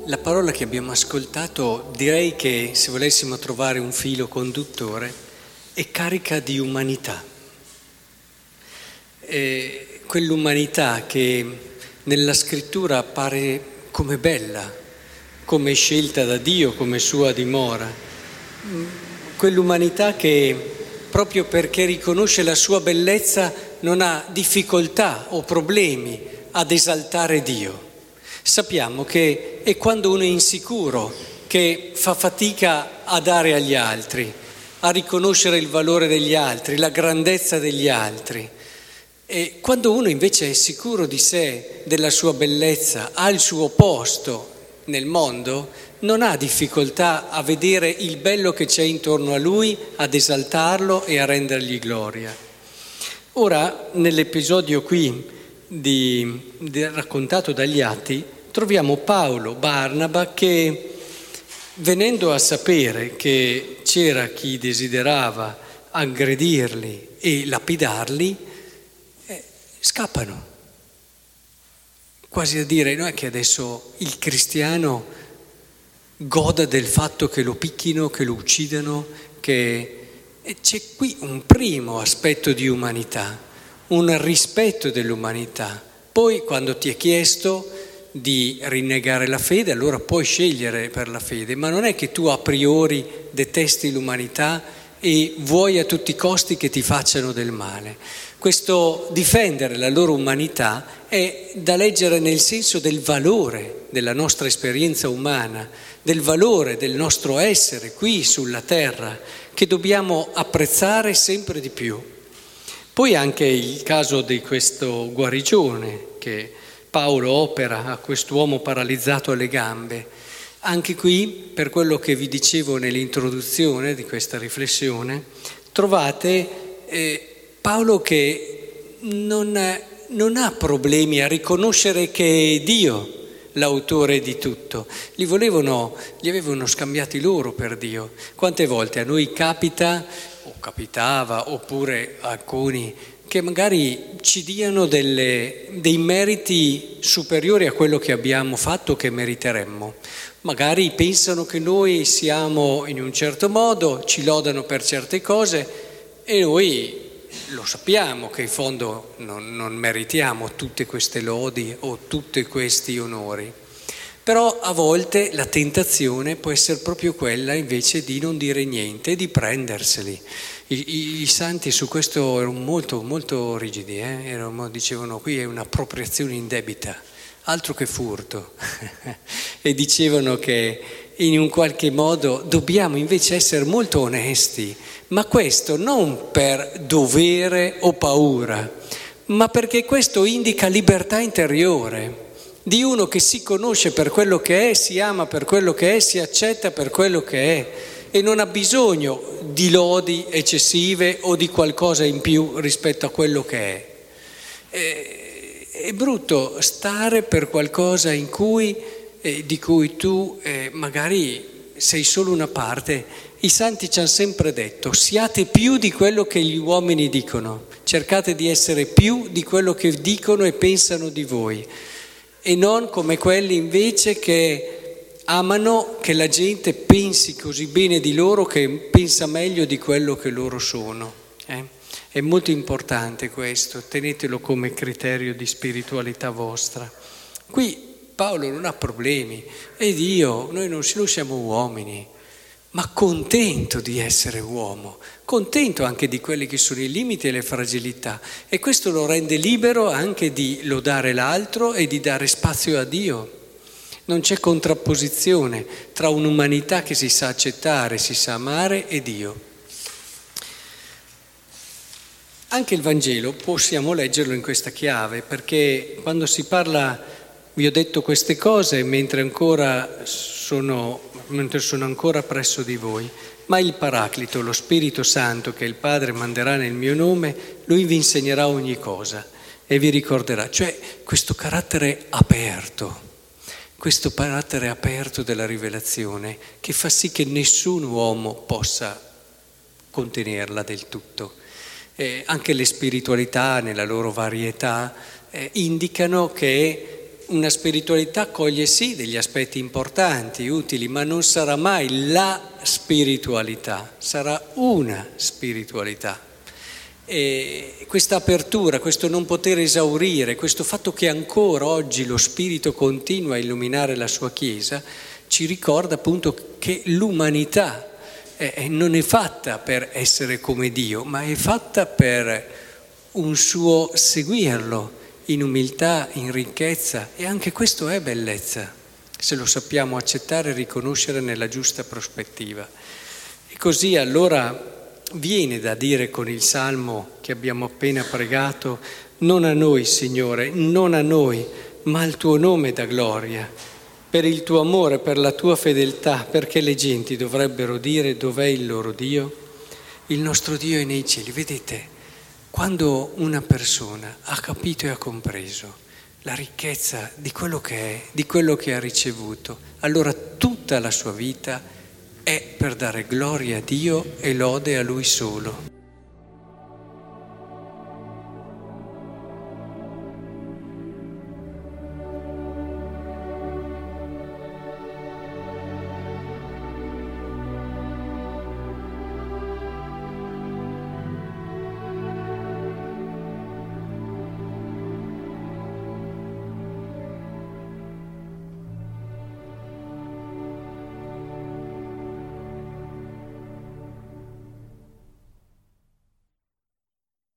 la parola che abbiamo ascoltato, direi che se volessimo trovare un filo conduttore, è carica di umanità. Quell'umanità che nella scrittura appare come bella, come scelta da Dio, come sua dimora. Quell'umanità che, proprio perché riconosce la sua bellezza, non ha difficoltà o problemi ad esaltare Dio. Sappiamo che è quando uno è insicuro che fa fatica a dare agli altri, a riconoscere il valore degli altri, la grandezza degli altri. E quando uno invece è sicuro di sé, della sua bellezza, ha il suo posto nel mondo, non ha difficoltà a vedere il bello che c'è intorno a lui, ad esaltarlo e a rendergli gloria. Ora, nell'episodio qui raccontato dagli Atti, troviamo Paolo, Barnaba, che venendo a sapere che c'era chi desiderava aggredirli e lapidarli, scappano. Quasi a dire, non è che adesso il cristiano goda del fatto che lo picchino, che lo uccidano, e c'è qui un primo aspetto di umanità, un rispetto dell'umanità. Poi quando ti è chiesto di rinnegare la fede, allora puoi scegliere per la fede, ma non è che tu a priori detesti l'umanità e vuoi a tutti i costi che ti facciano del male. Questo difendere la loro umanità è da leggere nel senso del valore della nostra esperienza umana, del valore del nostro essere qui sulla terra, che dobbiamo apprezzare sempre di più. Poi anche il caso di questo guarigione che Paolo opera a quest'uomo paralizzato alle gambe. Anche qui, per quello che vi dicevo nell'introduzione di questa riflessione, trovate Paolo che non ha problemi a riconoscere che è Dio l'autore di tutto. Li avevano scambiati loro per Dio. Quante volte a noi capita, o capitava, oppure a alcuni, che magari ci diano dei meriti superiori a quello che abbiamo fatto, che meriteremmo. Magari pensano che noi siamo in un certo modo, ci lodano per certe cose e noi lo sappiamo che in fondo non meritiamo tutte queste lodi o tutti questi onori. Però a volte la tentazione può essere proprio quella invece di non dire niente, di prenderseli. I santi su questo erano molto, molto rigidi, dicevano qui è un'appropriazione indebita, altro che furto. E dicevano che in un qualche modo dobbiamo invece essere molto onesti, ma questo non per dovere o paura, ma perché questo indica libertà interiore di uno che si conosce per quello che è, si ama per quello che è, si accetta per quello che è e non ha bisogno di lodi eccessive o di qualcosa in più rispetto a quello che è. È brutto stare per qualcosa di cui tu magari sei solo una parte. I santi ci hanno sempre detto: siate più di quello che gli uomini dicono, cercate di essere più di quello che dicono e pensano di voi, e non come quelli invece che amano che la gente pensi così bene di loro che pensa meglio di quello che loro sono. È molto importante questo, tenetelo come criterio di spiritualità vostra. Qui Paolo non ha problemi, e Dio, noi non siamo uomini, ma contento di essere uomo, contento anche di quelli che sono i limiti e le fragilità, e questo lo rende libero anche di lodare l'altro e di dare spazio a Dio. Non c'è contrapposizione tra un'umanità che si sa accettare, si sa amare, e Dio. Anche il Vangelo possiamo leggerlo in questa chiave, perché quando si parla, vi ho detto queste cose mentre sono ancora presso di voi, ma il Paraclito, lo Spirito Santo che il Padre manderà nel mio nome, Lui vi insegnerà ogni cosa e vi ricorderà. Cioè questo carattere aperto della rivelazione che fa sì che nessun uomo possa contenerla del tutto. Anche le spiritualità nella loro varietà indicano che una spiritualità coglie sì degli aspetti importanti, utili, ma non sarà mai la spiritualità, sarà una spiritualità. E questa apertura, questo non poter esaurire, questo fatto che ancora oggi lo Spirito continua a illuminare la sua Chiesa, ci ricorda appunto che l'umanità non è fatta per essere come Dio, ma è fatta per un suo seguirlo in umiltà, in ricchezza, e anche questo è bellezza, se lo sappiamo accettare e riconoscere nella giusta prospettiva. E così allora viene da dire con il Salmo che abbiamo appena pregato: non a noi, Signore, non a noi, ma al tuo nome da gloria, per il tuo amore, per la tua fedeltà, perché le genti dovrebbero dire: dov'è il loro Dio? Il nostro Dio è nei cieli. Vedete, quando una persona ha capito e ha compreso la ricchezza di quello che è, di quello che ha ricevuto, allora tutta la sua vita è per dare gloria a Dio e lode a Lui solo.